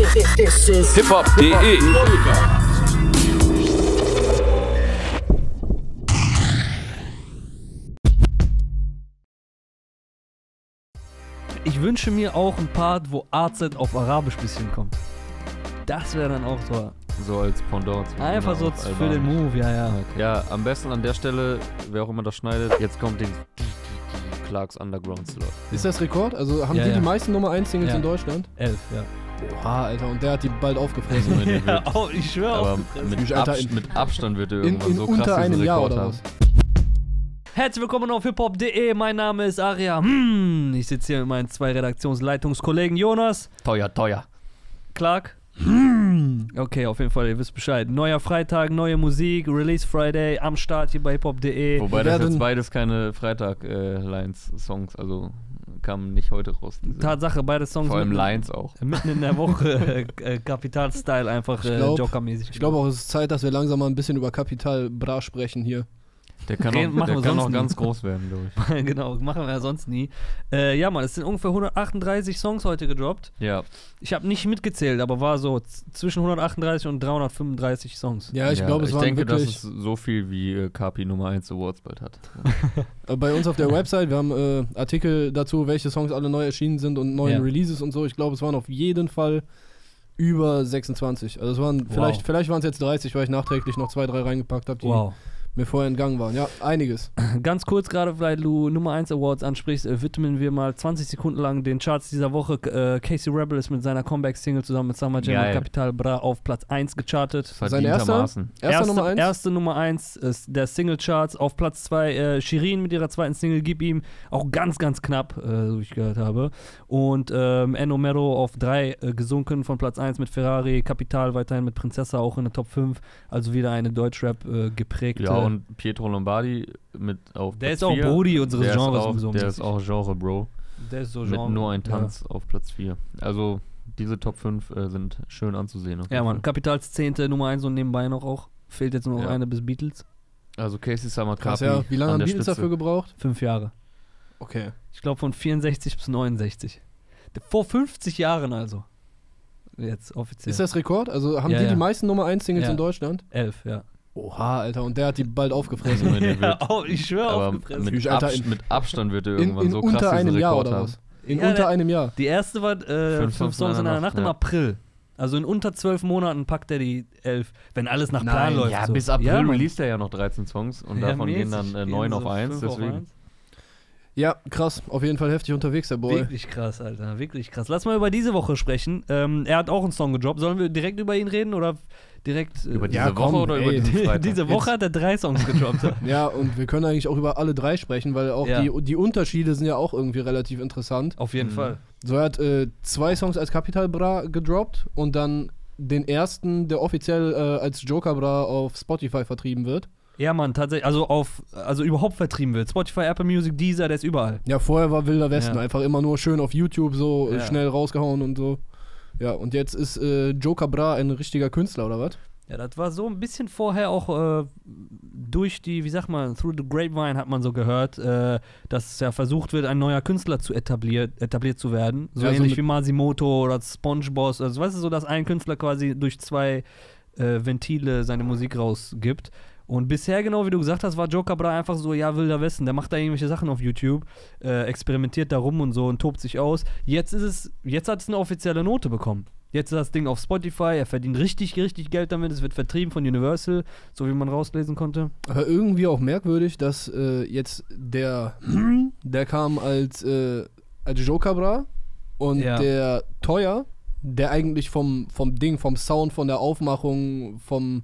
This is hiphop.de. Ich wünsche mir auch einen Part, wo AZ auf Arabisch bisschen kommt. Das wäre dann auch so. So als Pendant. Einfach so für den Move, ja. Okay. Ja, am besten an der Stelle, wer auch immer das schneidet, jetzt kommt den Clarks Underground Slot. Ist das Rekord? Also haben Ja, die ja. meisten Nummer 1 Singles Ja. in Deutschland? 11, ja. Oha, Alter, und der hat die bald aufgefressen. Ja, oh, ich schwöre Aber aufgefressen. Alter, mit Abstand wird er in irgendwann so krass unter einem diesen Jahr Rekord oder haben. was? Herzlich willkommen auf hiphop.de, mein Name ist Aria. Ich sitze hier mit meinen zwei Redaktionsleitungskollegen Jonas, Teuer. Clark. Okay, auf jeden Fall, ihr wisst Bescheid. Neuer Freitag, neue Musik, Release Friday am Start hier bei hiphop.de. Wobei das jetzt beides keine Freitag-Lines-Songs, also kamen nicht heute raus. Diese. Tatsache, beide Songs Vor allem Lines auch. mitten in der Woche, Kapital-Style, einfach Joker-mäßig. Ich glaube auch, es ist Zeit, dass wir langsam mal ein bisschen über Kapital Bra sprechen hier. Der kann Machen wir auch sonst ganz nie. groß werden, glaube ich. Genau, machen wir ja sonst nie. Ja, Mann, es sind ungefähr 138 Songs heute gedroppt. Ja. Ich habe nicht mitgezählt, aber war so zwischen 138 und 335 Songs. Ja, ich glaube, es waren denke, wirklich... das ist so viel, wie Kapi Nummer 1 Awards bald hat. Bei uns auf der Website, wir haben Artikel dazu, welche Songs alle neu erschienen sind und neuen Releases und so. Ich glaube, es waren auf jeden Fall über 26. Also es waren vielleicht waren es jetzt 30, weil ich nachträglich noch 2, 3 reingepackt habe, die mir vorher entgangen waren. Ja, einiges. Ganz kurz gerade, weil du Nummer 1 Awards ansprichst, widmen wir mal 20 Sekunden lang den Charts dieser Woche. Casey Rebel ist mit seiner Comeback-Single zusammen mit Summer Jam und Capital Bra auf Platz 1 gechartet. Sein erster Nummer 1? Erste Nummer 1 ist der Single-Charts. Auf Platz 2 Shirin mit ihrer zweiten Single Gib ihm. Auch ganz, ganz knapp, so wie ich gehört habe. Und Enno Mero auf 3 gesunken von Platz 1 mit Ferrari. Capital weiterhin mit Prinzessa auch in der Top 5. Also wieder eine Deutschrap geprägte. Ja, und Pietro Lombardi mit auf der Platz ist auch 4. Brody unseres der Genres. Ist auch, so der ist auch Genre, Bro. Der ist so mit Genre. nur ein Tanz auf Platz 4. Also diese Top 5 sind schön anzusehen. Ja, Mann. Capitals 10. Nummer 1 und nebenbei noch auch. Fehlt jetzt nur noch eine bis Beatles. Also Casey Summer Krass, Kapi ja. Wie lange haben Beatles Spitze. dafür gebraucht? 5 Jahre. Okay. Ich glaube von 64 bis 69. Vor 50 Jahren also. Jetzt offiziell. Ist das Rekord? Also haben die meisten Nummer 1 Singles in Deutschland? 11, ja. Oha, Alter, und der hat die bald aufgefressen. Ich schwöre aufgefressen. Mit Abstand wird er irgendwann in so krass unter einem diesen Jahr Rekord oder haben. was? In unter einem Jahr. Die erste war 5 Songs in einer Nacht im ja. April. Also in unter 12 Monaten packt er die 11, wenn alles nach Plan läuft. Ja, so. bis April Mann. released er ja noch 13 Songs und davon gehen dann 9 auf 1, deswegen. Ja, krass. Auf jeden Fall heftig unterwegs, der Boy. Wirklich krass, Alter. Wirklich krass. Lass mal über diese Woche sprechen. Er hat auch einen Song gedroppt. Sollen wir direkt über ihn reden oder direkt über diese Woche oder über diesen Freitag? Diese Woche hat er 3 Songs gedroppt. Ja, und wir können eigentlich auch über alle 3 sprechen, weil auch die Unterschiede sind ja auch irgendwie relativ interessant. Auf jeden Fall. So, er hat 2 Songs als Capital Bra gedroppt und dann den ersten, der offiziell als Joker Bra auf Spotify vertrieben wird. Ja, Mann, tatsächlich, also überhaupt vertrieben wird. Spotify, Apple Music, Deezer, der ist überall. Ja, vorher war Wilder Westen, einfach immer nur schön auf YouTube so Ja. schnell rausgehauen und so. Ja, und jetzt ist Joker Bra ein richtiger Künstler, oder was? Ja, das war so ein bisschen vorher auch durch die, wie sagt man, through the grapevine hat man so gehört, dass ja versucht wird, ein neuer Künstler zu etabliert zu werden. So ähnlich wie Masimoto oder SpongeBoss. Also weißt du, so dass ein Künstler quasi durch 2 Ventile seine Musik rausgibt. Und bisher, genau wie du gesagt hast, war Joker Bra einfach so, ja, Wilder Westen, der macht da irgendwelche Sachen auf YouTube, experimentiert da rum und so und tobt sich aus. Jetzt hat es eine offizielle Note bekommen. Jetzt ist das Ding auf Spotify, er verdient richtig, richtig Geld damit, es wird vertrieben von Universal, so wie man rauslesen konnte. Aber irgendwie auch merkwürdig, dass jetzt der kam als Joker Bra und der Teuer, der eigentlich vom Ding, vom Sound, von der Aufmachung, vom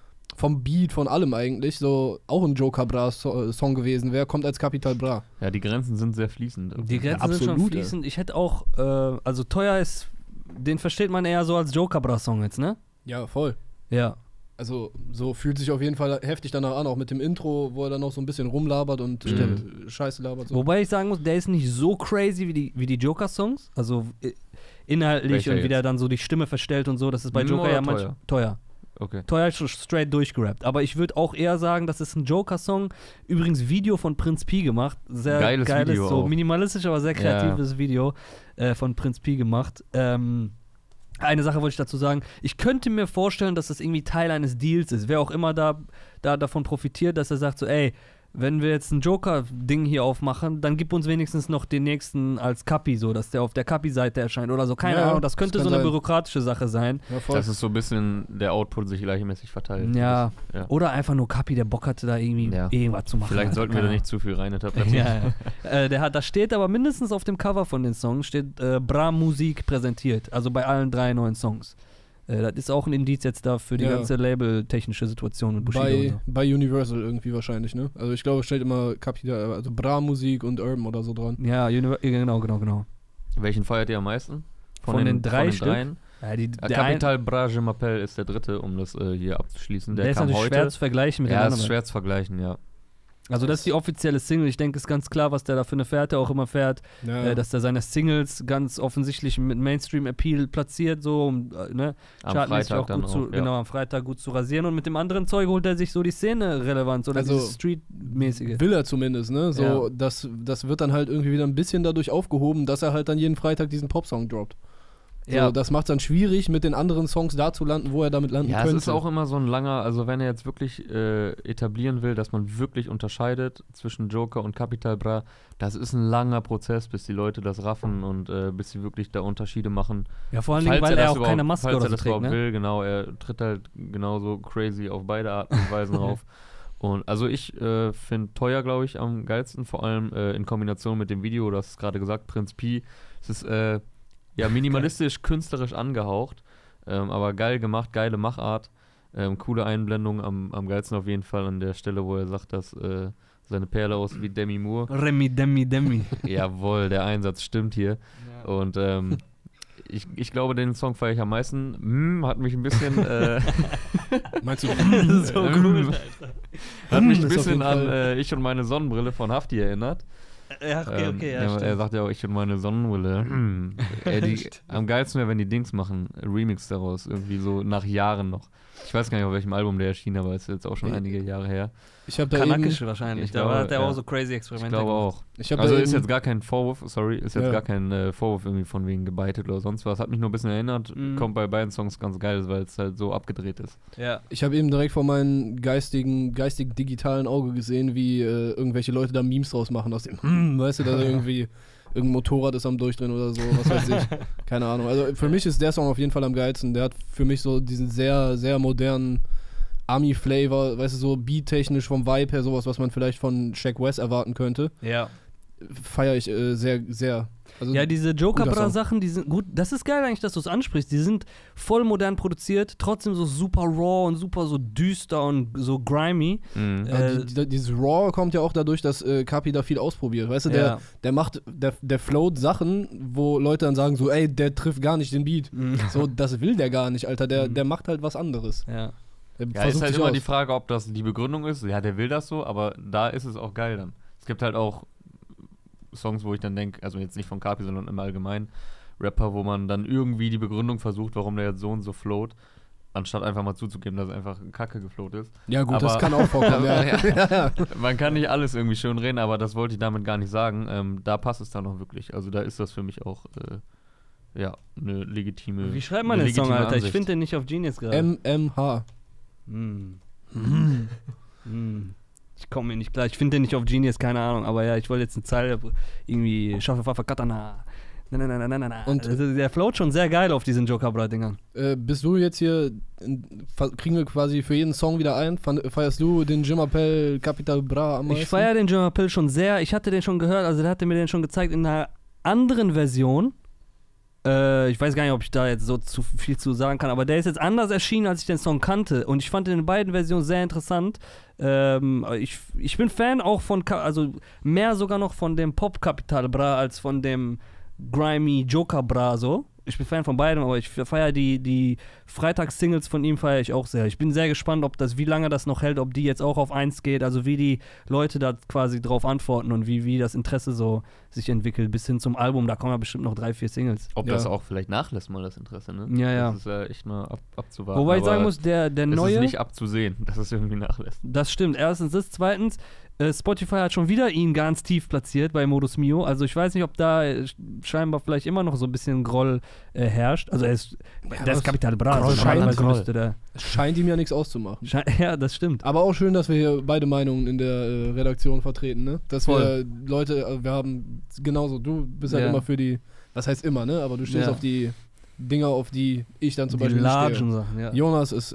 Beat, von allem eigentlich, so auch ein Joker Bra-Song gewesen wäre, kommt als Capital Bra. Ja, die Grenzen sind sehr fließend. Die Grenzen sind schon fließend. Ich hätte auch, also Teuer ist, den versteht man eher so als Joker Bra-Song jetzt, ne? Ja, voll. Ja. Also so fühlt sich auf jeden Fall heftig danach an, auch mit dem Intro, wo er dann noch so ein bisschen rumlabert und Scheiße labert. So. Wobei ich sagen muss, der ist nicht so crazy wie die Joker-Songs, also inhaltlich. Welcher und wie der dann so die Stimme verstellt und so, das ist bei Joker ja manchmal teuer. Okay. Teuer ist schon straight durchgerappt. Aber ich würde auch eher sagen, das ist ein Joker-Song. Übrigens Video von Prinz Pi gemacht. Sehr geiles Video so auch. Minimalistisch, aber sehr kreatives Video von Prinz Pi gemacht. Eine Sache wollte ich dazu sagen. Ich könnte mir vorstellen, dass das irgendwie Teil eines Deals ist. Wer auch immer da davon profitiert, dass er sagt so, ey, wenn wir jetzt ein Joker-Ding hier aufmachen, dann gib uns wenigstens noch den nächsten als Kapi, so, dass der auf der Kapi-Seite erscheint oder so. Keine Ahnung, das könnte so eine bürokratische Sache sein. Ja, dass es so ein bisschen der Output sich gleichmäßig verteilt. Ja. Oder einfach nur Kapi, der Bock hatte, da irgendwie irgendwas zu machen. Vielleicht sollten wir da nicht zu viel reininterpretieren. Da steht aber mindestens auf dem Cover von den Songs, steht Bra Musik präsentiert. Also bei allen 3 neuen Songs. Das ist auch ein Indiz jetzt da für die ganze label-technische Situation mit Bushido. Bei Universal irgendwie wahrscheinlich, ne? Also ich glaube, es steht immer Kapital, also Bra-Musik und Urban oder so dran. Ja, genau. Welchen feiert ihr am meisten? Von den 3 Stück? Ja, Capital Bra Je m'appelle ist der dritte, um das hier abzuschließen. Der ist kam natürlich heute. Schwer zu vergleichen mit den anderen. Ja, ist schwer zu vergleichen, ja. Also das ist die offizielle Single. Ich denke, es ist ganz klar, was der da für eine Fährte auch immer fährt, dass der seine Singles ganz offensichtlich mit Mainstream-Appeal platziert, so um am Freitag auch gut zu, genau, am Freitag gut zu rasieren, und mit dem anderen Zeug holt er sich so die Szene-Relevanz oder also dieses Street-mäßige. Will er zumindest, ne? So, das wird dann halt irgendwie wieder ein bisschen dadurch aufgehoben, dass er halt dann jeden Freitag diesen Popsong droppt. So, das macht es dann schwierig, mit den anderen Songs da zu landen, wo er damit landen könnte. Ja, es ist auch immer so ein langer, also wenn er jetzt wirklich etablieren will, dass man wirklich unterscheidet zwischen Joker und Capital Bra, das ist ein langer Prozess, bis die Leute das raffen und bis sie wirklich da Unterschiede machen. Ja, vor allen Dingen, weil er auch keine Maske oder so trägt, überhaupt will, genau, er tritt halt genauso crazy auf beide Arten und Weisen rauf. Und also ich finde Teuer, glaube ich, am geilsten, vor allem in Kombination mit dem Video, du hast es gerade gesagt, Prinz Pi. Es ist minimalistisch, künstlerisch angehaucht, aber geil gemacht, geile Machart, coole Einblendung, am geilsten auf jeden Fall an der Stelle, wo er sagt, dass seine Perle aussieht wie Demi Moore. Remi, Demi. Jawohl, der Einsatz stimmt hier. Ja. Und ich glaube, den Song feiere ich am meisten. Hat mich ein bisschen meinst du so cool, hat mich ein bisschen an Ich und meine Sonnenbrille von Hafti erinnert. Ja, okay, er sagt ja auch, ich und meine Sonnenbrille. Am geilsten wäre, wenn die Dings machen, Remix daraus, irgendwie so nach Jahren noch. Ich weiß gar nicht, auf welchem Album der erschien, aber ist jetzt auch schon einige Jahre her. Ich habe da Kanakisch wahrscheinlich, da hat er auch so crazy Experimente gemacht. Ich glaube auch. Also ist jetzt gar kein Vorwurf, gar kein Vorwurf irgendwie von wegen gebeitet oder sonst was. Hat mich nur ein bisschen erinnert, kommt bei beiden Songs ganz geil, weil es halt so abgedreht ist. Ja. Ich habe eben direkt vor meinem geistigen digitalen Auge gesehen, wie irgendwelche Leute da Memes draus machen aus dem, weißt du, da irgendwie irgendein Motorrad ist am Durchdrehen oder so, was weiß ich. Keine Ahnung. Also für mich ist der Song auf jeden Fall am geilsten. Der hat für mich so diesen sehr, sehr modernen Ami-Flavor, weißt du, so beat-technisch vom Vibe her, sowas, was man vielleicht von Shaq West erwarten könnte. Ja. Feiere ich sehr, sehr. Also ja, diese Joker-Bra-Sachen, die sind gut. Das ist geil eigentlich, dass du es ansprichst. Die sind voll modern produziert, trotzdem so super raw und super so düster und so grimy. Dieses Raw kommt ja auch dadurch, dass Kapi da viel ausprobiert. Weißt du, der float Sachen, wo Leute dann sagen so, ey, der trifft gar nicht den Beat. So, das will der gar nicht, Alter. Der macht halt was anderes. Ja. Ist halt immer die Frage, ob das die Begründung ist. Ja, der will das so, aber da ist es auch geil dann. Es gibt halt auch Songs, wo ich dann denke, also jetzt nicht von Kapi, sondern im Allgemeinen, Rapper, wo man dann irgendwie die Begründung versucht, warum der jetzt so und so float, anstatt einfach mal zuzugeben, dass es einfach Kacke gefloat ist. Ja gut, aber das kann auch vorkommen. Man kann nicht alles irgendwie schön reden, aber das wollte ich damit gar nicht sagen. Da passt es dann auch wirklich. Also da ist das für mich auch eine legitime. Wie schreibt man den Song, Alter? Ansicht. Ich finde den nicht auf Genius gerade. MMH. Ich komme mir nicht klar. Ich finde den nicht auf Genius, keine Ahnung. Aber ja, ich wollte jetzt eine Zeile irgendwie Schaffe Pfaffe Katana. Und also, der float schon sehr geil auf diesen Joker-Bra-Dingern. Bist du jetzt hier, kriegen wir quasi für jeden Song wieder ein? Feierst du den Je m'appelle Capital Bra am meisten? Ich feiere den Je m'appelle schon sehr. Ich hatte den schon gehört, also der hatte mir den schon gezeigt in einer anderen Version. Ich weiß gar nicht, ob ich da jetzt so zu viel zu sagen kann, aber der ist jetzt anders erschienen, als ich den Song kannte. Und ich fand den in beiden Versionen sehr interessant. Ich bin Fan auch von, also mehr sogar noch von dem Pop-Capital Bra als von dem grimy Joker Bra so. Ich bin Fan von beidem, aber ich feiere die Freitags-Singles von ihm feiere ich auch sehr. Ich bin sehr gespannt, wie lange das noch hält, ob die jetzt auch auf 1 geht, also wie die Leute da quasi drauf antworten und wie das Interesse so sich entwickelt, bis hin zum Album, da kommen ja bestimmt noch 3, 4 Singles. Ob das auch vielleicht nachlässt mal, das Interesse, ne? Ja. Das ist ja echt mal abzuwarten. Wobei ich sagen muss, der neue... Es ist nicht abzusehen, dass es irgendwie nachlässt. Das stimmt. Erstens das, zweitens, Spotify hat schon wieder ihn ganz tief platziert bei Modus Mio. Also ich weiß nicht, ob da scheinbar vielleicht immer noch so ein bisschen Groll herrscht. Also der ist Capital Bra. Es scheint ihm ja nichts auszumachen. Ja, das stimmt. Aber auch schön, dass wir hier beide Meinungen in der Redaktion vertreten, ne? Dass wir Leute, wir haben genauso, du bist halt immer für die, was heißt immer, ne? Aber du stehst auf die Dinger, auf die ich dann zum Beispiel nicht stehe. Sachen, ja. Jonas ist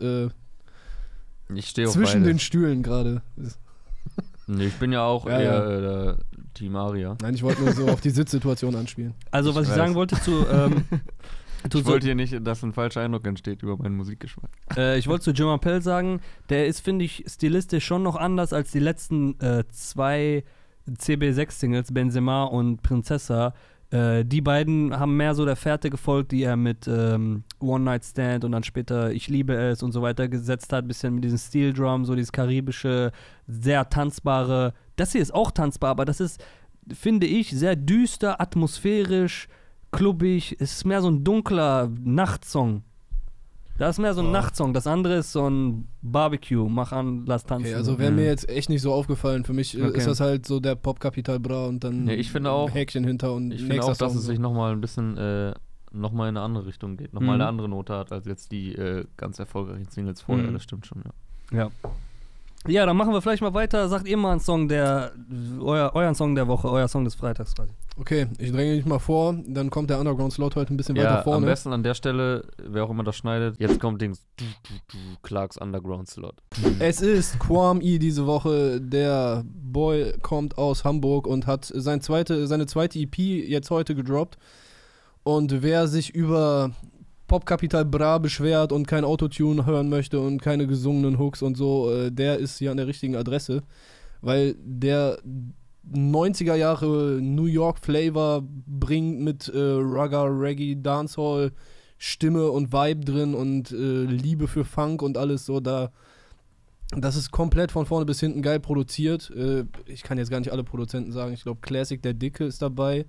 ich stehe zwischen den Stühlen gerade. Nee, ich bin ja auch eher Team Aria. Nein, ich wollte nur so auf die Sitzsituation anspielen. Also was ich sagen wollte zu ich wollte hier nicht, dass ein falscher Eindruck entsteht über meinen Musikgeschmack. Ich wollte zu Jim Appel sagen, der ist, finde ich, stilistisch schon noch anders als die letzten 2 CB6-Singles, Benzema und Princessa. Die beiden haben mehr so der Fährte gefolgt, die er mit One Night Stand und dann später Ich liebe es und so weiter gesetzt hat. Bisschen mit diesem Steel Drum, so dieses karibische, sehr tanzbare. Das hier ist auch tanzbar, aber das ist, finde ich, sehr düster, atmosphärisch, klubbig. Es ist mehr so ein dunkler Nachtsong. Das ist mehr so ein Nachtsong. Das andere ist so ein Barbecue. Mach an, lass tanzen. Okay, also wäre mir jetzt echt nicht so aufgefallen. Für mich ist das halt so der Pop-Capital Bra und dann ich finde auch, Häkchen hinter und ich finde auch, dass es sich nochmal ein bisschen nochmal in eine andere Richtung geht. Nochmal eine andere Note hat als jetzt die ganz erfolgreichen Singles vorher. Das stimmt schon, ja. Ja, dann machen wir vielleicht mal weiter. Sagt ihr mal einen Song, euren Song der Woche, euer Song des Freitags quasi. Okay, ich dränge mich mal vor, dann kommt der Underground Slot heute ein bisschen weiter vorne. Am besten an der Stelle, wer auch immer das schneidet, jetzt kommt Clarks Underground Slot. Es ist Kwame diese Woche, der Boy kommt aus Hamburg und hat seine zweite EP jetzt heute gedroppt. Und wer sich über Pop-Capital Bra beschwert und kein Autotune hören möchte und keine gesungenen Hooks und so, der ist hier an der richtigen Adresse, weil der 90er Jahre New York Flavor bringt mit Ragga, Reggae, Dancehall, Stimme und Vibe drin und Liebe für Funk und alles so. Das ist komplett von vorne bis hinten geil produziert. Ich kann jetzt gar nicht alle Produzenten sagen. Ich glaube, Classic der Dicke ist dabei.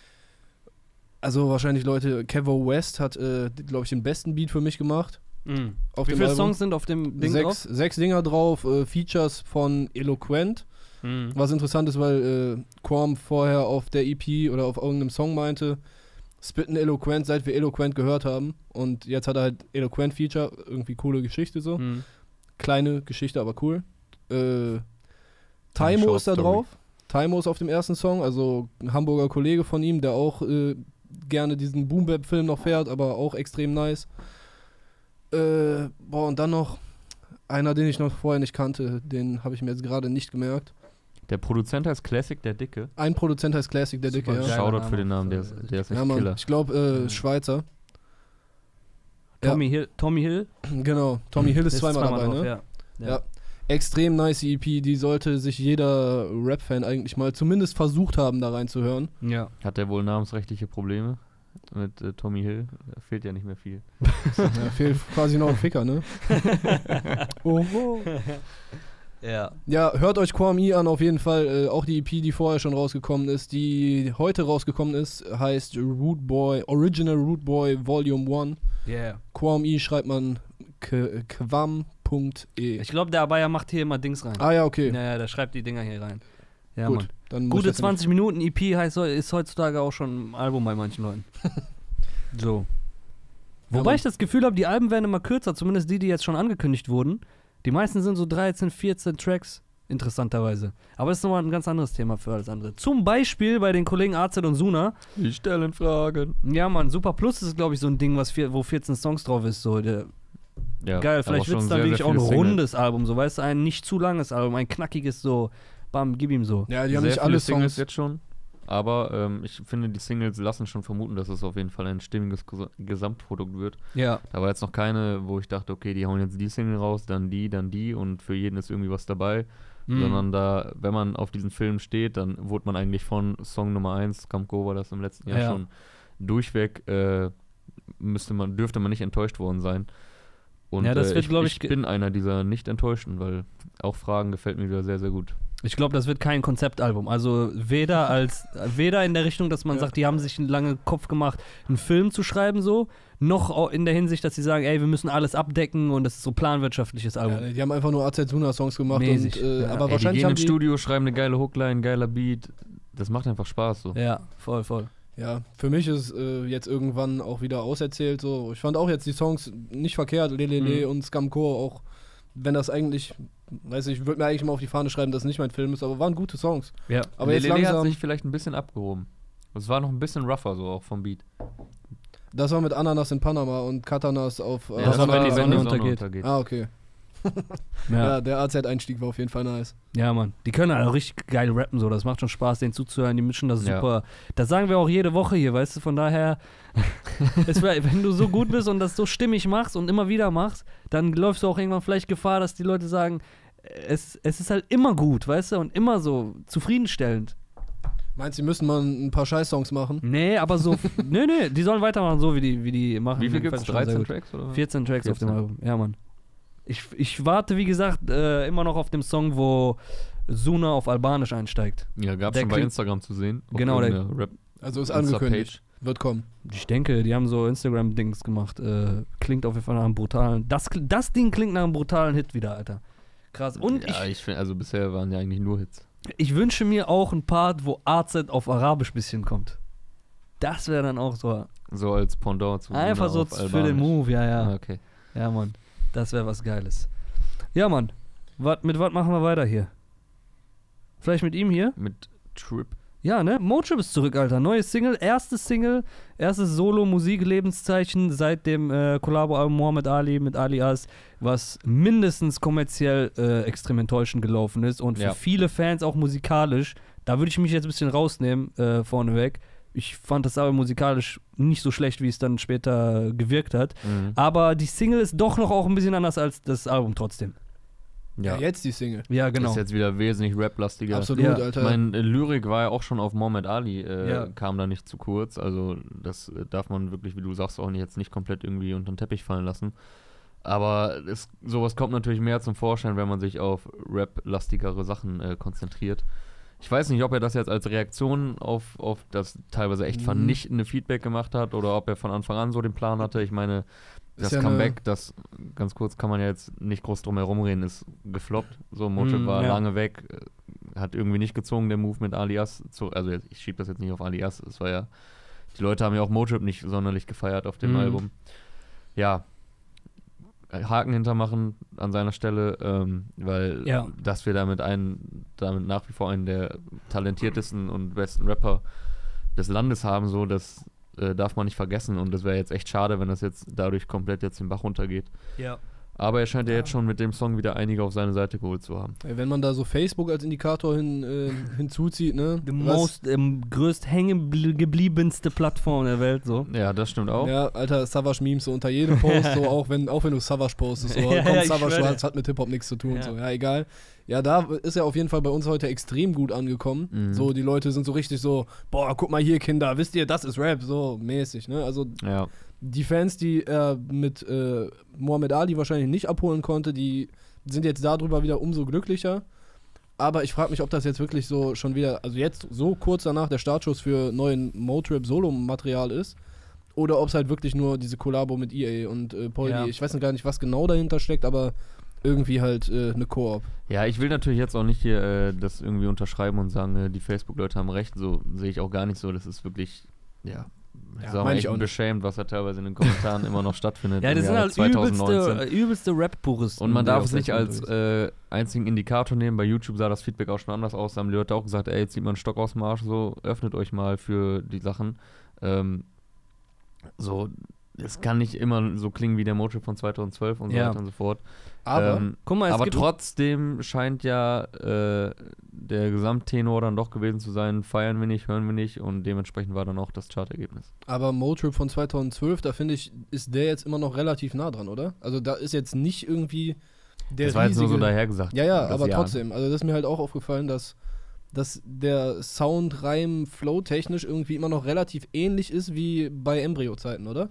Also wahrscheinlich Leute, Kevo West hat, glaube ich, den besten Beat für mich gemacht. Wie viele Songs sind auf dem Ding drauf? 6 Dinger drauf, Features von Eloquent. Was interessant ist, weil Quam vorher auf der EP oder auf irgendeinem Song meinte, spitten Eloquent, seit wir Eloquent gehört haben. Und jetzt hat er halt Eloquent Feature, irgendwie coole Geschichte so. Kleine Geschichte, aber cool. Taimo ist da drauf. Taimo ist auf dem ersten Song, also ein Hamburger Kollege von ihm, der auch gerne diesen Boom-Bap-Film noch fährt, aber auch extrem nice. Und dann noch einer, den ich noch vorher nicht kannte, den habe ich mir jetzt gerade nicht gemerkt. Der Produzent heißt Classic der Dicke. Ein Produzent heißt Classic der Dicke, ja. Shoutout für den Namen, der ist echt Killer. Ich glaube, Schweizer. Tommy Hill? Genau, Tommy Hill ist zweimal dabei, drauf, ne? Ja. Extrem nice EP, die sollte sich jeder Rap-Fan eigentlich mal zumindest versucht haben, da reinzuhören. Ja. Hat der wohl namensrechtliche Probleme mit Tommy Hill? Da fehlt ja nicht mehr viel. Ja, fehlt quasi noch ein Ficker, ne? Ja, hört euch Kwame an auf jeden Fall. Auch die EP, die vorher schon rausgekommen ist, die heute rausgekommen ist, heißt Original Root Boy Volume 1. Yeah. Kwame schreibt man Kwam.e. Ich glaube, der Abaya macht hier immer Dings rein. Ah ja, okay. Ja, der schreibt die Dinger hier rein. Ja, gut, Mann. dann gute 20 Minuten EP ist heutzutage auch schon ein Album bei manchen Leuten. So. Wobei ich das Gefühl habe, die Alben werden immer kürzer, zumindest die jetzt schon angekündigt wurden. Die meisten sind so 13, 14 Tracks, interessanterweise. Aber das ist nochmal ein ganz anderes Thema für alles andere. Zum Beispiel bei den Kollegen AZ und Suna. Die stellen Fragen. Ja, Mann, Super Plus ist, glaube ich, so ein Ding, wo 14 Songs drauf ist. So. Geil, vielleicht wird es dann wirklich auch ein rundes Album, so, weißt du, ein nicht zu langes Album, ein knackiges, so, bam, gib ihm so. Ja, die haben nicht alle Singles jetzt schon. Aber ich finde, die Singles lassen schon vermuten, dass es auf jeden Fall ein stimmiges Gesamtprodukt wird. Ja. Da war jetzt noch keine, wo ich dachte, okay, die hauen jetzt die Single raus, dann die und für jeden ist irgendwie was dabei. Sondern da, wenn man auf diesen Film steht, dann wurde man eigentlich von Song Nummer 1, Kamko war das im letzten Jahr schon, durchweg dürfte man nicht enttäuscht worden sein. Und ja, das wird, ich bin einer dieser nicht enttäuschten, weil auch Fragen gefällt mir wieder sehr, sehr gut. Ich glaube, das wird kein Konzeptalbum. Also weder in der Richtung, dass man sagt, die haben sich einen langen Kopf gemacht, einen Film zu schreiben so, noch in der Hinsicht, dass sie sagen, ey, wir müssen alles abdecken und das ist so planwirtschaftliches Album. Ja, die haben einfach nur AZ-Suna-Songs gemacht. Mäßig, Aber die wahrscheinlich gehen ins Studio, schreiben eine geile Hookline, geiler Beat. Das macht einfach Spaß so. Ja, voll. Ja, für mich ist jetzt irgendwann auch wieder auserzählt. So. Ich fand auch jetzt die Songs nicht verkehrt, Lelele und Scamcore, auch wenn das eigentlich, weiß nicht, ich würde mir eigentlich mal auf die Fahne schreiben, dass es nicht mein Film ist, aber waren gute Songs. Ja. Aber Lelele jetzt langsam, hat sich vielleicht ein bisschen abgehoben. Es war noch ein bisschen rougher so auch vom Beat. das war mit Ananas in Panama und Katanas auf... Ja, das war, wenn die Sonne untergeht. Ah, okay. Ja, der AZ-Einstieg war auf jeden Fall nice. Ja, Mann. Die können halt auch richtig geil rappen, so. Das macht schon Spaß, denen zuzuhören. Die mischen das super. Das sagen wir auch jede Woche hier, weißt du? Von daher, wenn du so gut bist und das so stimmig machst und immer wieder machst, dann läufst du auch irgendwann vielleicht Gefahr, dass die Leute sagen, es ist halt immer gut, weißt du? Und immer so zufriedenstellend. Meinst du, die müssen mal ein paar Scheiß-Songs machen? Nee, aber so. nee, die sollen weitermachen, so wie die machen. Wie viel gibt's? 13 Tracks oder? 14 Tracks auf dem Album. Ja, Mann. Ich warte, wie gesagt, immer noch auf dem Song, wo Suna auf Albanisch einsteigt. Ja, gab's schon bei Instagram zu sehen. Genau, der Rap also ist angekündigt. Wird kommen. Ich denke, die haben so Instagram-Dings gemacht. Klingt auf jeden Fall nach einem brutalen. Das Ding klingt nach einem brutalen Hit wieder, Alter. Krass. Und ja, ich finde, also bisher waren ja eigentlich nur Hits. Ich wünsche mir auch einen Part, wo AZ auf Arabisch bisschen kommt. Das wäre dann auch so. So als Pendant zu einfach so für den Move, ja. Ah, okay. Ja, Mann. Das wäre was Geiles. Ja, Mann. Mit was machen wir weiter hier? Vielleicht mit ihm hier? Mit Trip. Ja, ne? Motrip ist zurück, Alter. Neue Single, erstes Solo-Musik-Lebenszeichen seit dem Collabo-Album Muhammad Ali mit Alias, was mindestens kommerziell extrem enttäuschend gelaufen ist und für viele Fans auch musikalisch. Da würde ich mich jetzt ein bisschen rausnehmen, vorneweg. Ich fand das Album musikalisch nicht so schlecht, wie es dann später gewirkt hat. Aber die Single ist doch noch auch ein bisschen anders als das Album trotzdem. Ja, jetzt die Single. Ja, genau. Ist jetzt wieder wesentlich rap-lastiger. Absolut, ja. Alter. Meine Lyrik war ja auch schon auf Muhammad Ali, kam da nicht zu kurz. Also das darf man wirklich, wie du sagst, auch jetzt nicht komplett irgendwie unter den Teppich fallen lassen. Aber sowas kommt natürlich mehr zum Vorschein, wenn man sich auf rap-lastigere Sachen konzentriert. Ich weiß nicht, ob er das jetzt als Reaktion auf das teilweise echt vernichtende Feedback gemacht hat oder ob er von Anfang an so den Plan hatte. Ich meine, das Comeback, das ganz kurz kann man ja jetzt nicht groß drum herum reden, ist gefloppt. So, Motrip war lange weg, hat irgendwie nicht gezogen, der Move mit Alias. Also ich schiebe das jetzt nicht auf Alias, es war ja, die Leute haben ja auch Motrip nicht sonderlich gefeiert auf dem Album. Ja, Haken hintermachen an seiner Stelle, weil dass wir damit nach wie vor einen der talentiertesten und besten Rapper des Landes haben, so, das darf man nicht vergessen und das wäre jetzt echt schade, wenn das jetzt dadurch komplett jetzt den Bach runtergeht. Ja. Aber er scheint ja jetzt schon mit dem Song wieder einige auf seine Seite geholt zu haben. Wenn man da so Facebook als Indikator hinzuzieht, ne? Die größt hängengebliebenste Plattform der Welt, so. Ja, das stimmt auch. Ja, Alter, Savage-Memes so unter jedem Post, so auch wenn du Savage postest, so, kommt Savage, hat mit Hip-Hop nichts zu tun, so, ja, egal. Ja, da ist er auf jeden Fall bei uns heute extrem gut angekommen. So, die Leute sind so richtig so, boah, guck mal hier, Kinder, wisst ihr, das ist Rap, so mäßig, ne? Also, die Fans, die er mit Muhammad Ali wahrscheinlich nicht abholen konnte, die sind jetzt darüber wieder umso glücklicher. Aber ich frage mich, ob das jetzt wirklich so schon wieder, also jetzt so kurz danach der Startschuss für neuen Motrip-Solo-Material ist. Oder ob es halt wirklich nur diese Kollabo mit EA und Polly, ich weiß noch gar nicht, was genau dahinter steckt, aber irgendwie halt eine Koop. Ja, ich will natürlich jetzt auch nicht hier das irgendwie unterschreiben und sagen, die Facebook-Leute haben recht, so sehe ich auch gar nicht so. Das ist wirklich, ich sag mal, echt beschämt, was da teilweise in den Kommentaren immer noch stattfindet. Ja, das sind halt übelste Rap-Puristen. Und man darf es nicht als einzigen Indikator nehmen. Bei YouTube sah das Feedback auch schon anders aus. Da haben die Leute auch gesagt, ey, zieht mal einen Stock aus dem Arsch, so, öffnet euch mal für die Sachen. So, es kann nicht immer so klingen wie der Motrip von 2012 und so weiter und so fort. Aber, guck mal, aber trotzdem scheint ja der Gesamttenor dann doch gewesen zu sein, feiern wir nicht, hören wir nicht und dementsprechend war dann auch das Chartergebnis. Aber Motrip von 2012, da finde ich, ist der jetzt immer noch relativ nah dran, oder? Also da ist jetzt nicht irgendwie der das war jetzt nur so dahergesagt. Ja, aber trotzdem. Also das ist mir halt auch aufgefallen, dass der Sound, Reim, Flow technisch irgendwie immer noch relativ ähnlich ist wie bei Embryo-Zeiten, oder?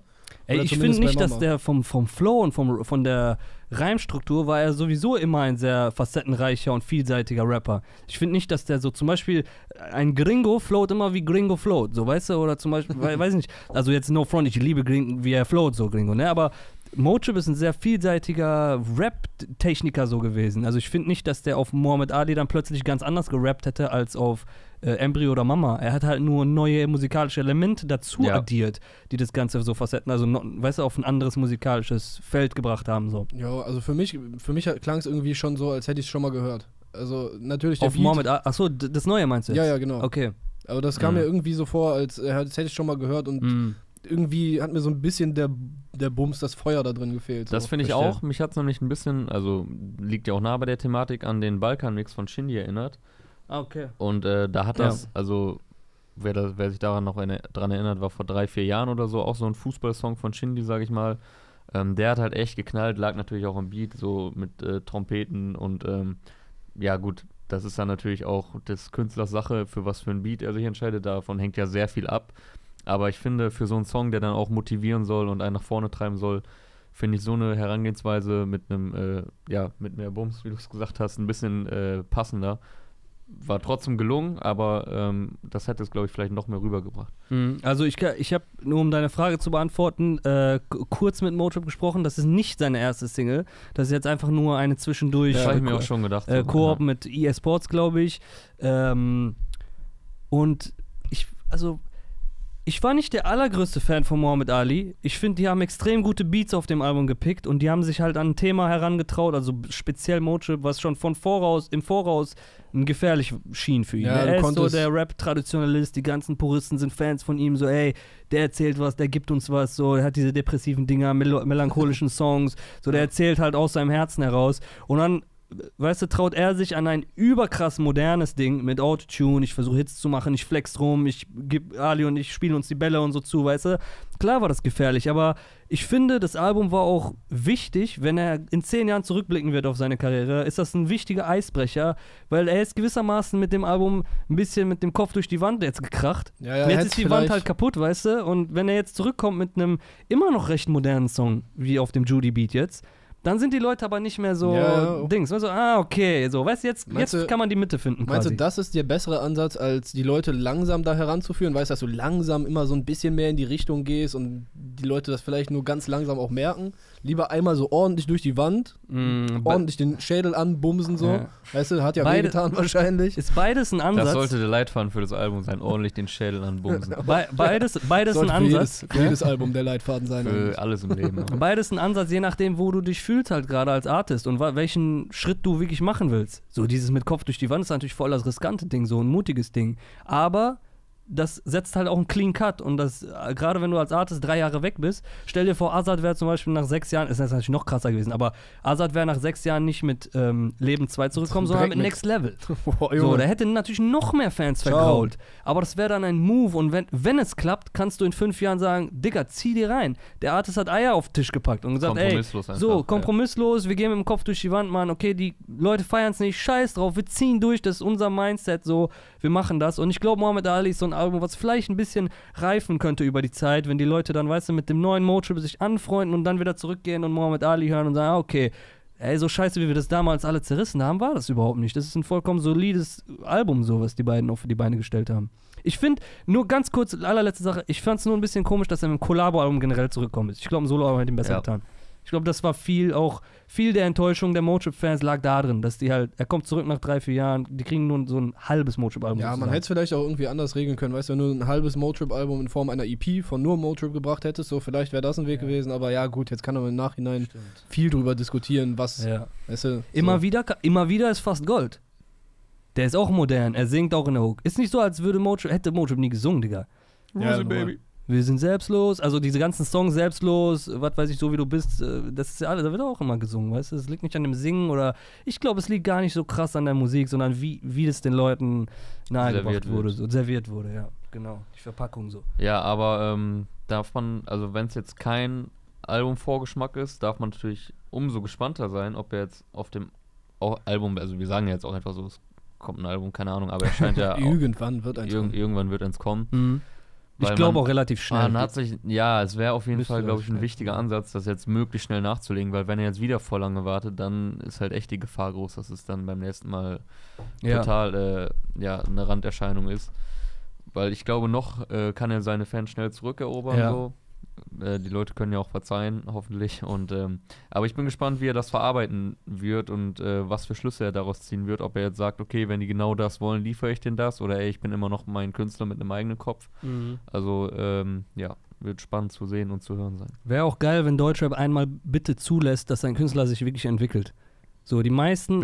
Ey, ich finde nicht, dass der vom Flow und von der Reimstruktur war er sowieso immer ein sehr facettenreicher und vielseitiger Rapper. Ich finde nicht, dass der so zum Beispiel ein Gringo flowt immer wie Gringo flowt, so, weißt du? Oder zum Beispiel, weiß ich nicht, also jetzt no front, ich liebe Gringo, wie er flowt, so Gringo, ne? Aber Motrip ist ein sehr vielseitiger Rap-Techniker so gewesen. Also ich finde nicht, dass der auf Muhammad Ali dann plötzlich ganz anders gerappt hätte als auf Embryo oder Mama. Er hat halt nur neue musikalische Elemente dazu addiert, die das Ganze so Facetten, also weißt du, auf ein anderes musikalisches Feld gebracht haben. So. Ja, also für mich klang es irgendwie schon so, als hätte ich es schon mal gehört. Also natürlich der auf Beat. Muhammad Ali, achso, das Neue meinst du jetzt? Ja, genau. Okay. Aber das kam mir irgendwie so vor, als hätte ich es schon mal gehört und irgendwie hat mir so ein bisschen der Bums, das Feuer da drin gefehlt. Das finde ich auch. Mich hat es nämlich ein bisschen, also liegt ja auch nah bei der Thematik, an den Balkan-Mix von Shindy erinnert. Ah, okay. Und da hat das, also wer sich daran noch dran erinnert, war vor 3-4 Jahren oder so auch so ein Fußballsong von Shindy, sag ich mal. Der hat halt echt geknallt, lag natürlich auch im Beat, so mit Trompeten und ja gut, das ist dann natürlich auch des Künstlers Sache, für was für ein Beat er sich entscheidet. Davon hängt ja sehr viel ab. Aber ich finde, für so einen Song, der dann auch motivieren soll und einen nach vorne treiben soll, finde ich so eine Herangehensweise mit einem, mit mehr Bums, wie du es gesagt hast, ein bisschen passender. War trotzdem gelungen, aber das hätte es, glaube ich, vielleicht noch mehr rübergebracht. Also ich habe, nur um deine Frage zu beantworten, kurz mit Motrip gesprochen, das ist nicht seine erste Single, das ist jetzt einfach nur eine zwischendurch. Ja, habe ich mir auch schon gedacht. Koop mit EA Sports, glaube ich. Und ich war nicht der allergrößte Fan von Muhammad Ali. Ich finde, die haben extrem gute Beats auf dem Album gepickt und die haben sich halt an ein Thema herangetraut, also speziell Motrip, was schon im Voraus gefährlich schien für ihn. Ja, er ist so der Rap-Traditionalist, die ganzen Puristen sind Fans von ihm, so ey, der erzählt was, der gibt uns was, so, er hat diese depressiven Dinger, melancholischen Songs, so, der erzählt halt aus seinem Herzen heraus und dann weißt du, traut er sich an ein überkrass modernes Ding mit Autotune, ich versuche Hits zu machen, ich flex rum, ich gebe Ali und ich spielen uns die Bälle und so zu, weißt du. Klar war das gefährlich, aber ich finde, das Album war auch wichtig, wenn er in 10 Jahren zurückblicken wird auf seine Karriere, ist das ein wichtiger Eisbrecher, weil er ist gewissermaßen mit dem Album ein bisschen mit dem Kopf durch die Wand jetzt gekracht. Ja, jetzt ist die Wand halt kaputt, weißt du, und wenn er jetzt zurückkommt mit einem immer noch recht modernen Song, wie auf dem Judy Beat jetzt, dann sind die Leute aber nicht mehr so Dings. Also, okay, so, weißt du, jetzt kann man die Mitte finden quasi. Meinst du, das ist der bessere Ansatz, als die Leute langsam da heranzuführen? Weißt du, dass du langsam immer so ein bisschen mehr in die Richtung gehst und die Leute das vielleicht nur ganz langsam auch merken? Lieber einmal so ordentlich durch die Wand, ordentlich den Schädel anbumsen, so. Ja. Weißt du, hat ja wehgetan wahrscheinlich. Ist beides ein Ansatz. Das sollte der Leitfaden für das Album sein, ordentlich den Schädel anbumsen. Beides ein Ansatz. Für jedes Album der Leitfaden sein. Für alles im Leben. Beides ein Ansatz, je nachdem, wo du dich fühlst halt gerade als Artist und welchen Schritt du wirklich machen willst. So dieses mit Kopf durch die Wand ist natürlich voll das riskante Ding, so ein mutiges Ding. Aber das setzt halt auch einen Clean Cut und das, gerade wenn du als Artist 3 Jahre weg bist, stell dir vor, Azad wäre zum Beispiel nach 6 Jahren, ist das natürlich noch krasser gewesen, aber Azad wäre nach 6 Jahren nicht mit Leben 2 zurückgekommen, sondern mit Next Level. So, der hätte natürlich noch mehr Fans vergrault. Aber das wäre dann ein Move und wenn es klappt, kannst du in 5 Jahren sagen, Digga, zieh dir rein. Der Artist hat Eier auf den Tisch gepackt und gesagt, ey, so, kompromisslos, wir gehen mit dem Kopf durch die Wand, Mann, okay, die Leute feiern es nicht, scheiß drauf, wir ziehen durch, das ist unser Mindset, so, wir machen das und ich glaube, Muhammad Ali ist so ein Album, was vielleicht ein bisschen reifen könnte über die Zeit, wenn die Leute dann, weißt du, mit dem neuen Motrip sich anfreunden und dann wieder zurückgehen und Muhammad Ali hören und sagen, okay, ey, so scheiße, wie wir das damals alle zerrissen haben, war das überhaupt nicht. Das ist ein vollkommen solides Album, so, was die beiden auf die Beine gestellt haben. Ich finde, nur ganz kurz, allerletzte Sache, ich fand es nur ein bisschen komisch, dass er mit dem Collabo-Album generell zurückgekommen ist. Ich glaube, ein Solo-Album hätte ihm besser getan. Ich glaube, das war viel der Enttäuschung der Motrip-Fans lag da drin, dass die halt, er kommt zurück nach 3-4 Jahren, die kriegen nur so ein halbes Motrip-Album. Ja, man hätte es vielleicht auch irgendwie anders regeln können, weißt du, wenn du ein halbes Motrip-Album in Form einer EP von nur Motrip gebracht hättest, so vielleicht wäre das ein Weg gewesen, aber ja gut, jetzt kann man im Nachhinein viel drüber diskutieren, was, weißt du. Immer wieder ist fast Gold. Der ist auch modern, er singt auch in der Hook. Ist nicht so, als hätte Motrip nie gesungen, Digga. Ja, Baby. Wir sind selbstlos, also diese ganzen Songs selbstlos, was weiß ich, so wie du bist, das ist ja alles, da wird auch immer gesungen, weißt du, es liegt nicht an dem Singen oder, ich glaube, es liegt gar nicht so krass an der Musik, sondern wie das den Leuten nahegebracht wurde, so serviert wurde, ja, genau, die Verpackung so. Ja, aber darf man, also wenn es jetzt kein Albumvorgeschmack ist, darf man natürlich umso gespannter sein, ob er jetzt auf dem Album, also wir sagen ja jetzt auch einfach so, es kommt ein Album, keine Ahnung, aber er scheint ja irgendwann wird eins kommen. Ich glaube auch relativ schnell. Es wäre auf jeden Fall, glaube ich, ein wichtiger Ansatz, das jetzt möglichst schnell nachzulegen, weil wenn er jetzt wieder voll lange wartet, dann ist halt echt die Gefahr groß, dass es dann beim nächsten Mal total eine Randerscheinung ist. Weil ich glaube, noch kann er seine Fans schnell zurückerobern. So. Die Leute können ja auch verzeihen, hoffentlich. Aber ich bin gespannt, wie er das verarbeiten wird und was für Schlüsse er daraus ziehen wird. Ob er jetzt sagt, okay, wenn die genau das wollen, liefere ich denen das. Oder ich bin immer noch mein Künstler mit einem eigenen Kopf. Also, wird spannend zu sehen und zu hören sein. Wäre auch geil, wenn Deutschrap einmal bitte zulässt, dass sein Künstler sich wirklich entwickelt. So, die meisten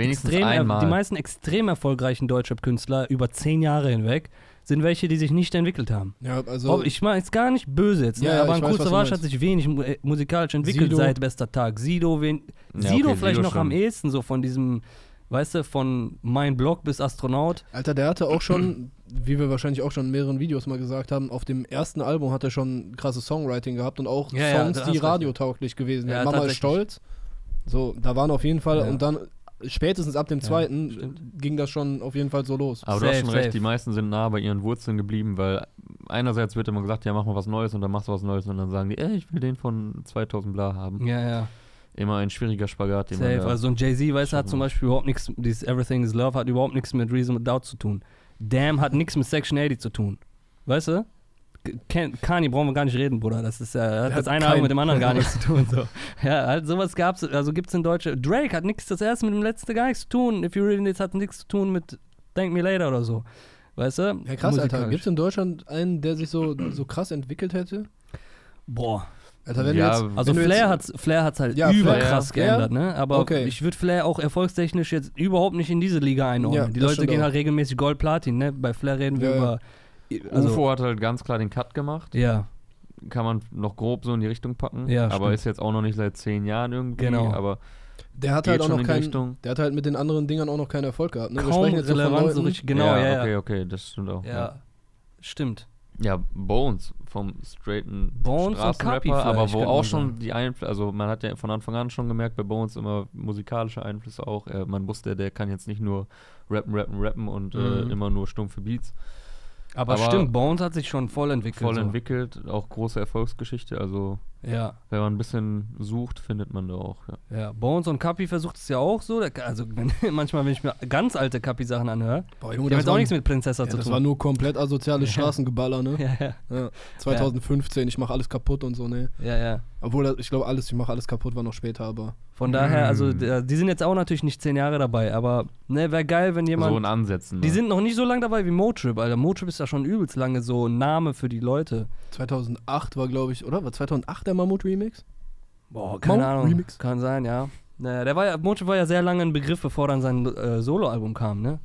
extrem erfolgreichen Deutschrap-Künstler über 10 Jahre hinweg sind welche, die sich nicht entwickelt haben. Ja, also ich meine, ist gar nicht böse jetzt, ne? Aber ein Kool Savas hat sich wenig musikalisch entwickelt seit Bester Tag. Sido vielleicht noch am ehesten so von diesem, weißt du, von Mein Blog bis Astronaut. Alter, der hatte auch schon, wie wir wahrscheinlich auch schon in mehreren Videos mal gesagt haben, auf dem ersten Album hat er schon krasses Songwriting gehabt und auch Songs, die radiotauglich gewesen sind. Mama ist stolz. So, da waren auf jeden Fall und dann spätestens ab dem zweiten ging das schon auf jeden Fall so los. Aber du hast schon recht, die meisten sind nah bei ihren Wurzeln geblieben, weil einerseits wird immer gesagt, ja, mach mal was Neues und dann machst du was Neues und dann sagen die, ich will den von 2000 bla haben. Ja. Immer ein schwieriger Spagat. Den Safe, also so ein Jay-Z, weißt du, hat zum Beispiel überhaupt nichts, dieses Everything is Love hat überhaupt nichts mit Reason with Doubt zu tun. Damn hat nichts mit Section 80 zu tun. Weißt du? Kanye brauchen wir gar nicht reden, Bruder. Das ist hat das eine Album mit dem anderen gar nichts zu tun. So. Ja, halt sowas gibt's in Deutsche. Drake hat das erste mit dem letzten gar nichts zu tun. If You Really Need hat nichts zu tun mit Thank Me Later oder so. Weißt du? Ja, krass, Alter. Gibt's in Deutschland einen, der sich so krass entwickelt hätte? Boah. Alter, Flair hat's halt überkrass geändert, ne? Aber ich würde Flair auch erfolgstechnisch jetzt überhaupt nicht in diese Liga einordnen. Ja, die Leute gehen halt regelmäßig Gold, Platin, ne? Bei Flair reden wir über UFO hat halt ganz klar den Cut gemacht. Ja. Kann man noch grob so in die Richtung packen. Ja, aber ist jetzt auch noch nicht seit 10 Jahren irgendwie. Genau. Aber der hat halt auch noch der hat halt mit den anderen Dingern auch noch keinen Erfolg gehabt. Ne? Kaum wir sprechen jetzt relevant so richtig, genau. Okay, das stimmt auch. Ja, stimmt. Ja, Bones vom straighten Straßenrapper, aber wo auch schon die Einflüsse, also man hat ja von Anfang an schon gemerkt, bei Bones immer musikalische Einflüsse auch. Man wusste, der kann jetzt nicht nur rappen und immer nur stumpfe Beats. Aber stimmt, Bones hat sich schon voll entwickelt. Auch große Erfolgsgeschichte, also wenn man ein bisschen sucht, findet man da auch, Ja, Bones und Kapi versucht es ja auch so, also manchmal, wenn ich mir ganz alte Kapi-Sachen anhöre, die haben jetzt auch nichts mit Prinzessa zu tun. Das war nur komplett asoziales Straßengeballer, ne? Ja. 2015, ich mach alles kaputt und so, ne? Ja. Obwohl, ich glaube, ich mach alles kaputt war noch später, aber... Von daher, also die sind jetzt auch natürlich nicht 10 Jahre dabei, aber ne, wäre geil, wenn jemand... So in Ansätzen. Die sind noch nicht so lange dabei wie Motrip, Alter. Motrip ist ja schon übelst lange so ein Name für die Leute. 2008 war, glaube ich, oder? War 2008 der Mammut-Remix? Boah, keine Ahnung. Remix. Kann sein, ja. Naja, Motrip war ja sehr lange ein Begriff, bevor dann sein Soloalbum kam, ne?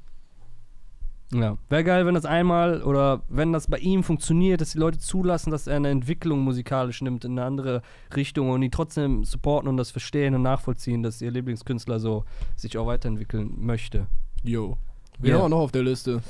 Ja, wäre geil, wenn das einmal oder wenn das bei ihm funktioniert, dass die Leute zulassen, dass er eine Entwicklung musikalisch nimmt in eine andere Richtung und die trotzdem supporten und das verstehen und nachvollziehen, dass ihr Lieblingskünstler so sich auch weiterentwickeln möchte. Jo. Wen haben wir noch auf der Liste?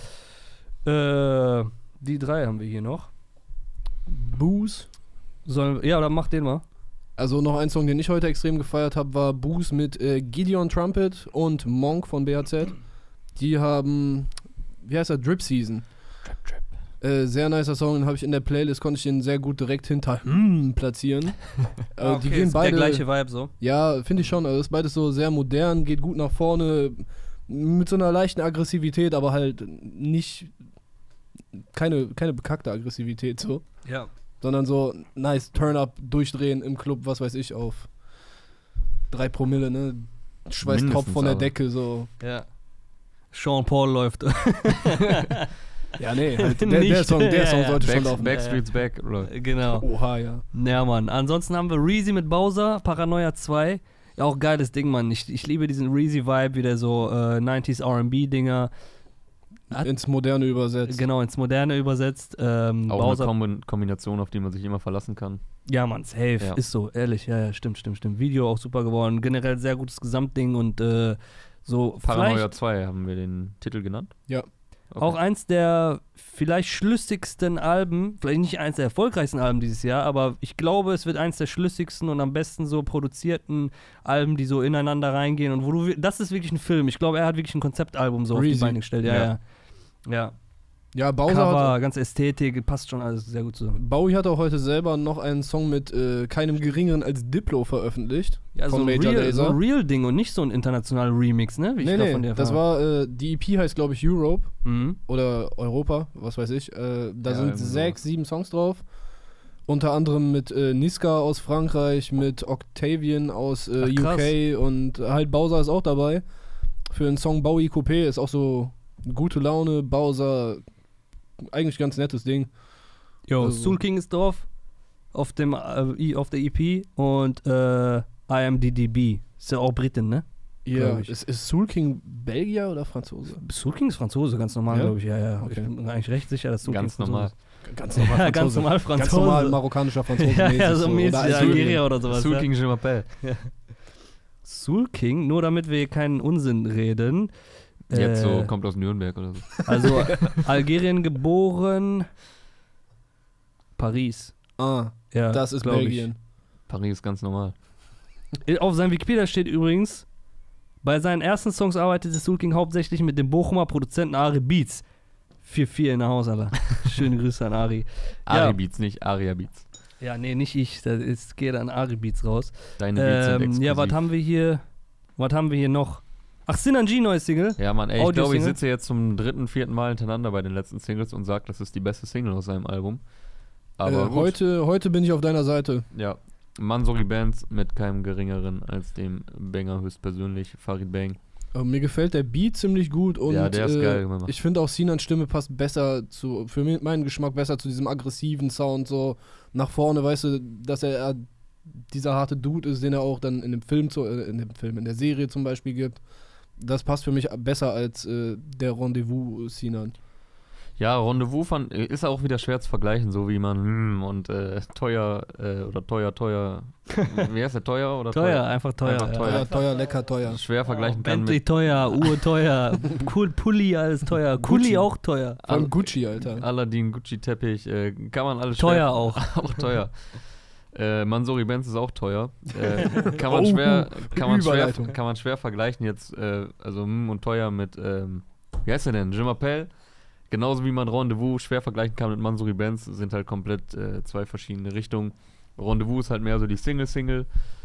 Die 3 haben wir hier noch. Booze. Oder mach den mal. Also noch ein Song, den ich heute extrem gefeiert habe, war Booze mit Gideon Trumpet und Monk von BHZ. Die haben... Wie heißt der? Drip Season. Drip. Sehr nicer Song, den habe ich in der Playlist, konnte ich den sehr gut direkt hinter platzieren. Okay, die gehen beide, der gleiche Vibe so. Ja, finde ich schon. Also ist beides so sehr modern, geht gut nach vorne, mit so einer leichten Aggressivität, aber halt nicht keine bekackte Aggressivität so. Ja. Sondern so nice Turn-Up, durchdrehen im Club, was weiß ich, auf 3 Promille, ne? Schweißt Kopf von der Decke so. Ja. Sean Paul läuft. Ja, nee, halt der Song sollte schon laufen. Backstreet's Back, oder? Genau. Oha, ja. Ja, Mann. Ansonsten haben wir Reezy mit Bowser, Paranoia 2. Ja, auch geiles Ding, Mann. Ich liebe diesen Reezy-Vibe, wie der so 90s R&B-Dinger ins Moderne übersetzt. Genau, ins Moderne übersetzt. Auch Bowser, eine Kombination, auf die man sich immer verlassen kann. Ja, Mann, safe. Ja. Ist so, ehrlich. Ja, stimmt. Video auch super geworden. Generell sehr gutes Gesamtding und so. Paranoia 2 haben wir den Titel genannt. Ja. Okay. Auch eins der vielleicht schlüssigsten Alben, vielleicht nicht eins der erfolgreichsten Alben dieses Jahr, aber ich glaube, es wird eins der schlüssigsten und am besten so produzierten Alben, die so ineinander reingehen und das ist wirklich ein Film. Ich glaube, er hat wirklich ein Konzeptalbum so Reezy. auf die Beine gestellt. Ja. Ja, Bowser Cover, ganze Ästhetik, passt schon alles sehr gut zusammen. Bowie hat auch heute selber noch einen Song mit keinem Geringeren als Diplo veröffentlicht. Ja, von so ein Major Lazer. so ein Real-Ding und nicht so ein internationaler Remix, ne? Wie ich Nee, von dir das erfahren war, die EP heißt, glaube ich, Europe Mhm. oder Europa, was weiß ich. Da Ja, sind irgendwie 6, 7 Songs drauf. Unter anderem mit Niska aus Frankreich, mit Octavian aus Ach, krass. UK und halt Bowser ist auch dabei. Für den Song Bowie Coupé ist auch so gute Laune, Bowser, eigentlich ganz nettes Ding. Jo, Also- Soul King ist drauf auf der EP und IMDb. Ist ja auch Britin, ne? Ja, Glaub ich. ist Soul King Belgier oder Franzose? Soul King ist Franzose, ganz normal, Ja? glaube ich. Ja. Okay. Ich bin mir eigentlich recht sicher, dass Soul Ganz King normal. Ganz normal Ja, ganz normal Franzose. Ganz normal marokkanischer Franzose. Ja, so mäßig, Oder Algerier oder sowas. Soul ja. King Je m'appelle. Soul King, nur damit wir keinen Unsinn reden. Jetzt so, kommt aus Nürnberg oder so. Also Algerien geboren, Paris. Ah, Ja, das ist glaub ich. Belgien. Paris ist ganz normal. Auf seinem Wikipedia steht übrigens, bei seinen ersten Songs arbeitete Soul King hauptsächlich mit dem Bochumer Produzenten Ari Beats. 4-4 in der Haus, Alter. Schöne Grüße an Ari. Ari Beats, nicht Aria Beats. Ja, nee, nicht ich. Das geht an Ari Beats raus. Deine Beats sind exklusiv. Ja, was haben wir hier? Was haben wir hier noch? Ach, Synergy, neues Single. Ja, Mann, ey, ich glaube, ich Audio-Single? sitze jetzt zum 3., 4. Mal hintereinander bei den letzten Singles und sage, das ist die beste Single aus seinem Album. Aber gut. Heute bin ich auf deiner Seite. Ja, Mansory Bands mit keinem geringeren als dem Banger höchstpersönlich, Farid Bang. Mir gefällt der Beat ziemlich gut und Ja, der ist geil gemacht. ich finde auch Sinans Stimme passt besser für meinen Geschmack besser zu diesem aggressiven Sound, so nach vorne, weißt du, dass er dieser harte Dude ist, den er auch dann in der Serie zum Beispiel gibt. Das passt für mich besser als der Rendezvous Sinan. Ja, Rendezvous ist auch wieder schwer zu vergleichen, so wie man und teuer oder teuer. Wie heißt der, teuer oder Teuer, einfach teuer. Einfach ja. teuer. Teuer, lecker, teuer. Schwer vergleichen kann Bentley mit teuer, Uhr teuer, cool, Pulli alles teuer, Kuli Gucci. auch teuer. Vor allem Gucci, Alter. Aladdin, Gucci Teppich, kann man alles Teuer schwer, auch. auch teuer. Mansory Benz ist auch teuer. Kann Oh, man schwer vergleichen jetzt, also und teuer mit, wie heißt der denn? Je m'appelle. Genauso wie man Rendezvous schwer vergleichen kann mit Mansory Benz, sind halt komplett zwei verschiedene Richtungen. Rendezvous ist halt mehr so die Single.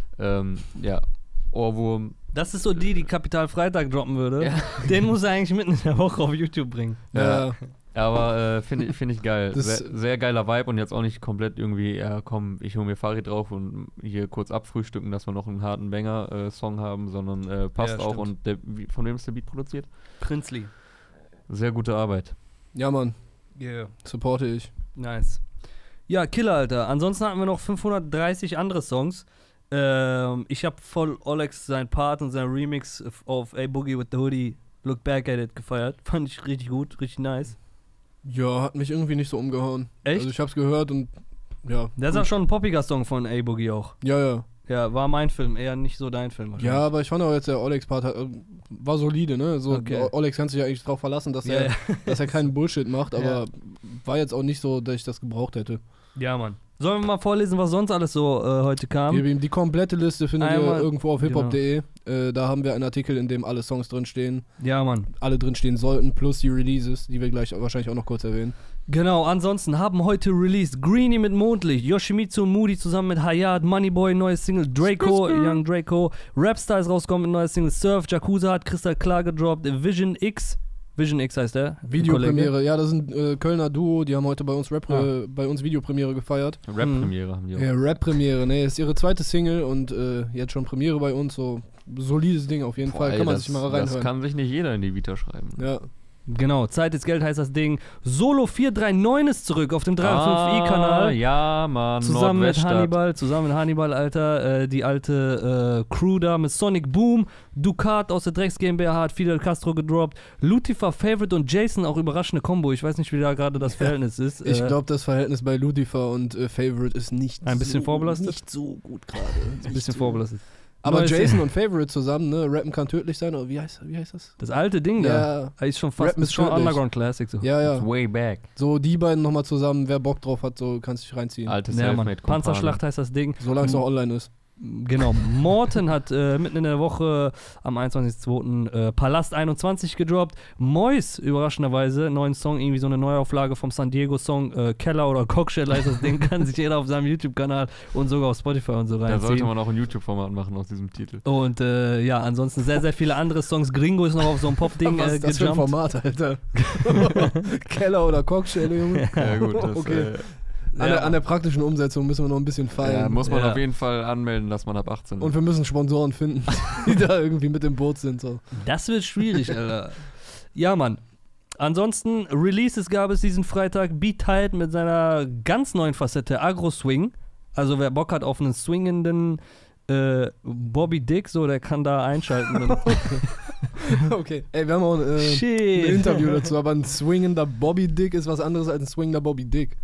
Ja, Ohrwurm. Das ist so die Kapital Freitag droppen würde. Ja. Den muss er eigentlich mitten in der Woche auf YouTube bringen. Ja. Aber finde ich geil. Das- Sehr geiler Vibe und jetzt auch nicht komplett irgendwie, ja komm, ich hole mir Farid drauf und hier kurz abfrühstücken, dass wir noch einen harten Banger-Song haben, sondern passt Ja, auch. stimmt. Und von wem ist der Beat produziert? Prinzli. Sehr gute Arbeit. Ja, Mann, Yeah. supporte ich. Nice. Ja, Killer, Alter. Ansonsten hatten wir noch 530 andere Songs. Ich habe voll Olex sein Part und sein Remix auf A Boogie with the Hoodie, Look Back at It gefeiert. Fand ich richtig gut, richtig nice. Ja, hat mich irgendwie nicht so umgehauen. Echt? Also ich hab's gehört und ja. Das ist auch schon ein poppiger Song von A Boogie auch. Ja. Ja, war mein Film, eher nicht so dein Film. Ja, aber ich fand auch jetzt der Olex-Part war solide, ne? So, Okay. Olex kannst du ja eigentlich drauf verlassen, dass, Ja, dass er keinen Bullshit macht, aber Ja. war jetzt auch nicht so, dass ich das gebraucht hätte. Ja, Mann. Sollen wir mal vorlesen, was sonst alles so heute kam? Gebe ihm die komplette Liste, findet Einmal- ihr irgendwo auf hiphop.de. Da haben wir einen Artikel, in dem alle Songs drinstehen. Ja, Mann. Alle drinstehen sollten, plus die Releases, die wir gleich wahrscheinlich auch noch kurz erwähnen. Genau, ansonsten haben heute released Greenie mit Mondlicht, Yoshimitsu und Moody zusammen mit Hayat, Moneyboy, neues Single, Draco, Young Draco, Rapstar ist rausgekommen mit neues Single, Surf, Jakuza hat Kristall Klar gedroppt, Vision X heißt der. Videopremiere, ja, das sind Kölner Duo, die haben heute bei uns bei uns Videopremiere gefeiert. Rap-Premiere haben die auch. Ja, Rap-Premiere, ne, ist ihre zweite Single und jetzt schon Premiere bei uns, so solides Ding auf jeden Boah, Fall, ey, kann man das, sich mal das reinhören. kann sich nicht jeder in die Vita schreiben. Ja, Genau, Zeit ist Geld heißt das Ding. Solo 439 ist zurück auf dem 305i-Kanal. Ja, Mann. Zusammen mit Nordweststadt. Hannibal, Alter, die alte Crew da mit Sonic Boom, Ducat aus der Drecks GmbH hat Fidel Castro gedroppt, Lucifer, Favorite und Jason, auch überraschende Kombo. Ich weiß nicht, wie da gerade das Verhältnis ist. ich glaube, das Verhältnis bei Lucifer und Favorite ist nicht Ein bisschen so, vorbelastet? Nicht so gut gerade. ein bisschen vorbelastet. Aber Neues Jason und Favorite zusammen, ne? Rappen kann tödlich sein, oder wie heißt das? Das alte Ding da, ist schon fast Rappen ist schon tödlich. Underground Classic so. Ja. Way back. So die beiden nochmal zusammen, wer Bock drauf hat, so kannst du dich reinziehen. Alte Ja, Mann. Selfmade-Kumpane. Panzerschlacht heißt das Ding. Solange es noch online ist. Genau, Morten hat mitten in der Woche am 21.02. Palast 21 gedroppt. Mois, überraschenderweise, neuen Song, irgendwie so eine Neuauflage vom San Diego-Song Keller oder Cockshell heißt das Ding, kann sich jeder auf seinem YouTube-Kanal und sogar auf Spotify und so reinziehen. Da sollte man auch ein YouTube-Format machen aus diesem Titel. Und ja, ansonsten sehr, sehr viele andere Songs. Gringo ist noch auf so ein Pop-Ding Was ist das für ein Format, Alter? Keller oder Cockshell, Junge? Ja gut, das okay. An der praktischen Umsetzung müssen wir noch ein bisschen feilen. Ja, muss man auf jeden Fall anmelden, dass man ab 18 ist. Und wir müssen Sponsoren finden, die da irgendwie mit im Boot sind. So. Das wird schwierig, Alter. Ja, Mann. Ansonsten, Releases gab es diesen Freitag. B-Tide mit seiner ganz neuen Facette Agro-Swing. Also wer Bock hat auf einen swingenden Bobby Dick, so, der kann da einschalten. Okay. Ey, wir haben auch ein Interview dazu, aber ein swingender Bobby Dick ist was anderes als ein swingender Bobby Dick.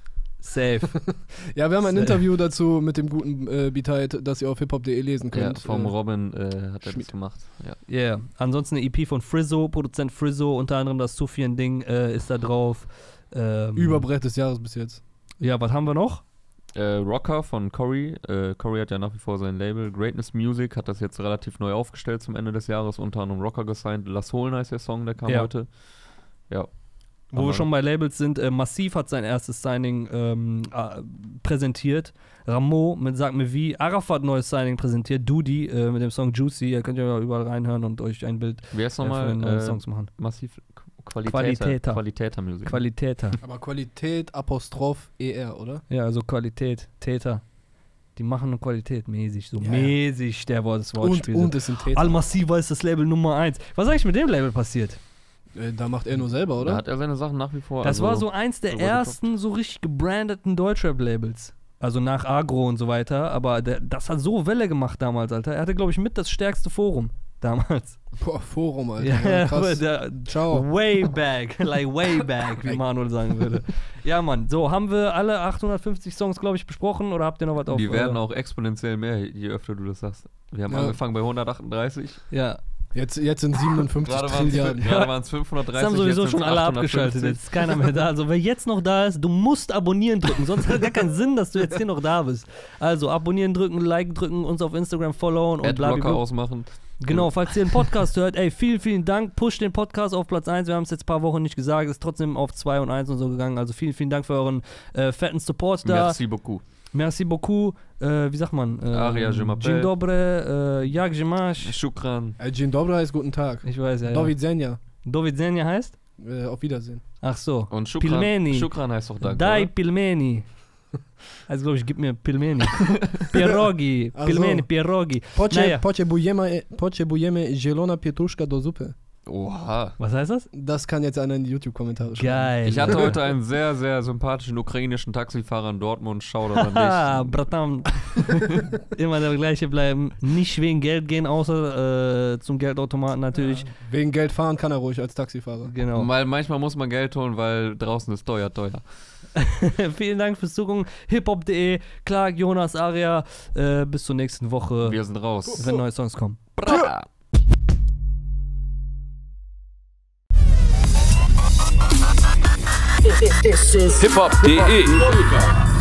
Safe. Ja, wir haben ein Interview dazu mit dem guten B-Tide, das ihr auf hiphop.de lesen könnt. Ja, vom Robin hat er das gemacht. Ja. Yeah. Ansonsten eine EP von Frizzo, Produzent Frizzo, unter anderem das Sufjan-Ding ist da drauf. Überbrett des Jahres bis jetzt. Ja, was haben wir noch? Rocker von Cory. Cory hat ja nach wie vor sein Label. Greatness Music hat das jetzt relativ neu aufgestellt zum Ende des Jahres. Unter anderem Rocker gesigned. Las Holen heißt der Song, der kam heute. Ja. Wo wir schon bei Labels sind, Massiv hat sein erstes Signing präsentiert. Ramo mit Sag mir wie. Arafat neues Signing präsentiert. Dudi mit dem Song Juicy. Ihr könnt ja überall reinhören und euch ein Bild von den Songs machen. Massiv Qualitäter Music. Qualitäter. Aber Qualität Apostroph ER, oder? Ja, also Qualität, Täter. Die machen eine Qualität mäßig, so mäßig der Wortspiel. Und es sind Täter. Al-Massiva ist das Label Nummer 1. Was ist eigentlich mit dem Label passiert? Da macht er nur selber, oder? Da hat er seine Sachen nach wie vor. Das war so eins der ersten so richtig gebrandeten Deutschrap-Labels. Also nach Agro und so weiter. Aber das hat so Welle gemacht damals, Alter. Er hatte, glaube ich, mit das stärkste Forum damals. Boah, Forum, Alter. Ja, krass. Ciao. Way back, like way back, wie Manuel sagen würde. Ja, Mann. So, haben wir alle 850 Songs, glaube ich, besprochen oder habt ihr noch was auf? Die werden auch exponentiell mehr, je öfter du das sagst. Wir haben angefangen bei 138. Ja. Jetzt sind 57 Trilliarden. Gerade waren es 530. Das haben sowieso schon alle abgeschaltet. Jetzt ist keiner mehr da. Also wer jetzt noch da ist, du musst abonnieren drücken. Sonst hat gar keinen Sinn, dass du jetzt hier noch da bist. Also abonnieren drücken, Like drücken, uns auf Instagram followen und Adblocker ausmachen. Genau, falls ihr den Podcast hört, ey, vielen, vielen Dank. Push den Podcast auf Platz 1. Wir haben es jetzt ein paar Wochen nicht gesagt. Ist trotzdem auf 2 und 1 und so gegangen. Also vielen, vielen Dank für euren fetten Support da. Merci beaucoup. Merci beaucoup. Wie sagt man? Aria, je m'appelle. Dzień dobry, jak je masz? Shukran. Dzień dobry heißt guten Tag. Ich weiß, ja. Do widzenia. Do widzenia heißt? Auf Wiedersehen. Ach so. Und Shukran, Pilmeni. Shukran heißt doch Danke. Dai Pilmeni. Also glaube ich, gib mir Pilmeni. Pierogi. Pilmeni, Pierogi. Potrzebujemy zielona pietruszka do zupy. Oha. Was heißt das? Das kann jetzt einer in die YouTube-Kommentare schreiben. Geil. Ich hatte heute einen sehr, sehr sympathischen ukrainischen Taxifahrer in Dortmund. Shoutout an dich. Ah, Bratan. Immer der gleiche bleiben. Nicht wegen Geld gehen, außer zum Geldautomaten natürlich. Ja. Wegen Geld fahren kann er ruhig als Taxifahrer. Genau. Weil manchmal muss man Geld holen, weil draußen ist teuer. Vielen Dank fürs Zugucken. hiphop.de, Clark, Jonas, Aria. Bis zur nächsten Woche. Wir sind raus. Wenn neue Songs kommen. Bra. This is hiphop.de.